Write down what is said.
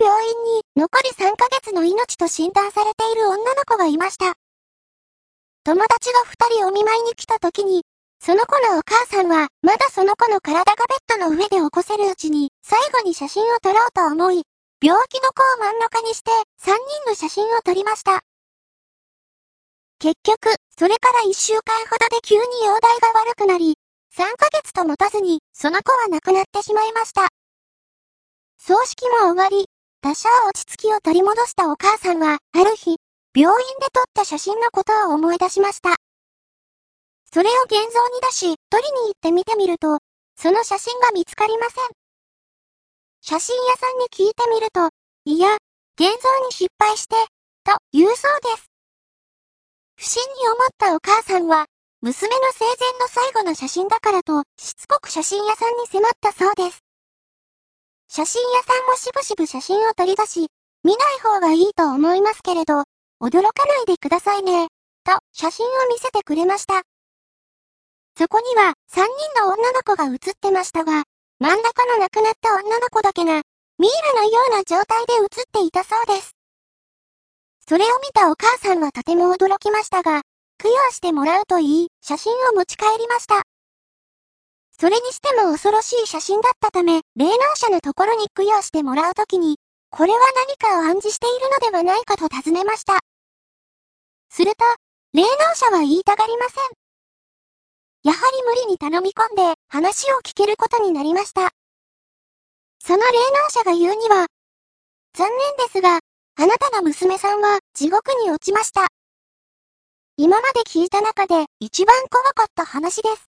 病院に残り3ヶ月の命と診断されている女の子がいました。友達が2人お見舞いに来た時に、その子のお母さんはまだその子の体がベッドの上で起こせるうちに最後に写真を撮ろうと思い、病気の子を真ん中にして3人の写真を撮りました。結局、それから1週間ほどで急に容体が悪くなり、3ヶ月と持たずにその子は亡くなってしまいました。葬式も終わり、多少落ち着きを取り戻したお母さんは、ある日、病院で撮った写真のことを思い出しました。それを現像に出し、撮りに行って見てみると、その写真が見つかりません。写真屋さんに聞いてみると、いや、現像に失敗して、と言うそうです。不審に思ったお母さんは、娘の生前の最後の写真だからと、しつこく写真屋さんに迫ったそうです。写真屋さんもしぶしぶ写真を取り出し、見ない方がいいと思いますけれど、驚かないでくださいね、と写真を見せてくれました。そこには3人の女の子が写ってましたが、真ん中の亡くなった女の子だけが、ミイラのような状態で写っていたそうです。それを見たお母さんはとても驚きましたが、供養してもらうと言い、写真を持ち帰りました。それにしても恐ろしい写真だったため、霊能者のところに供養してもらうときに、これは何かを暗示しているのではないかと尋ねました。すると、霊能者は言いたがりません。やはり無理に頼み込んで話を聞けることになりました。その霊能者が言うには、残念ですが、あなたの娘さんは地獄に落ちました。今まで聞いた中で一番怖かった話です。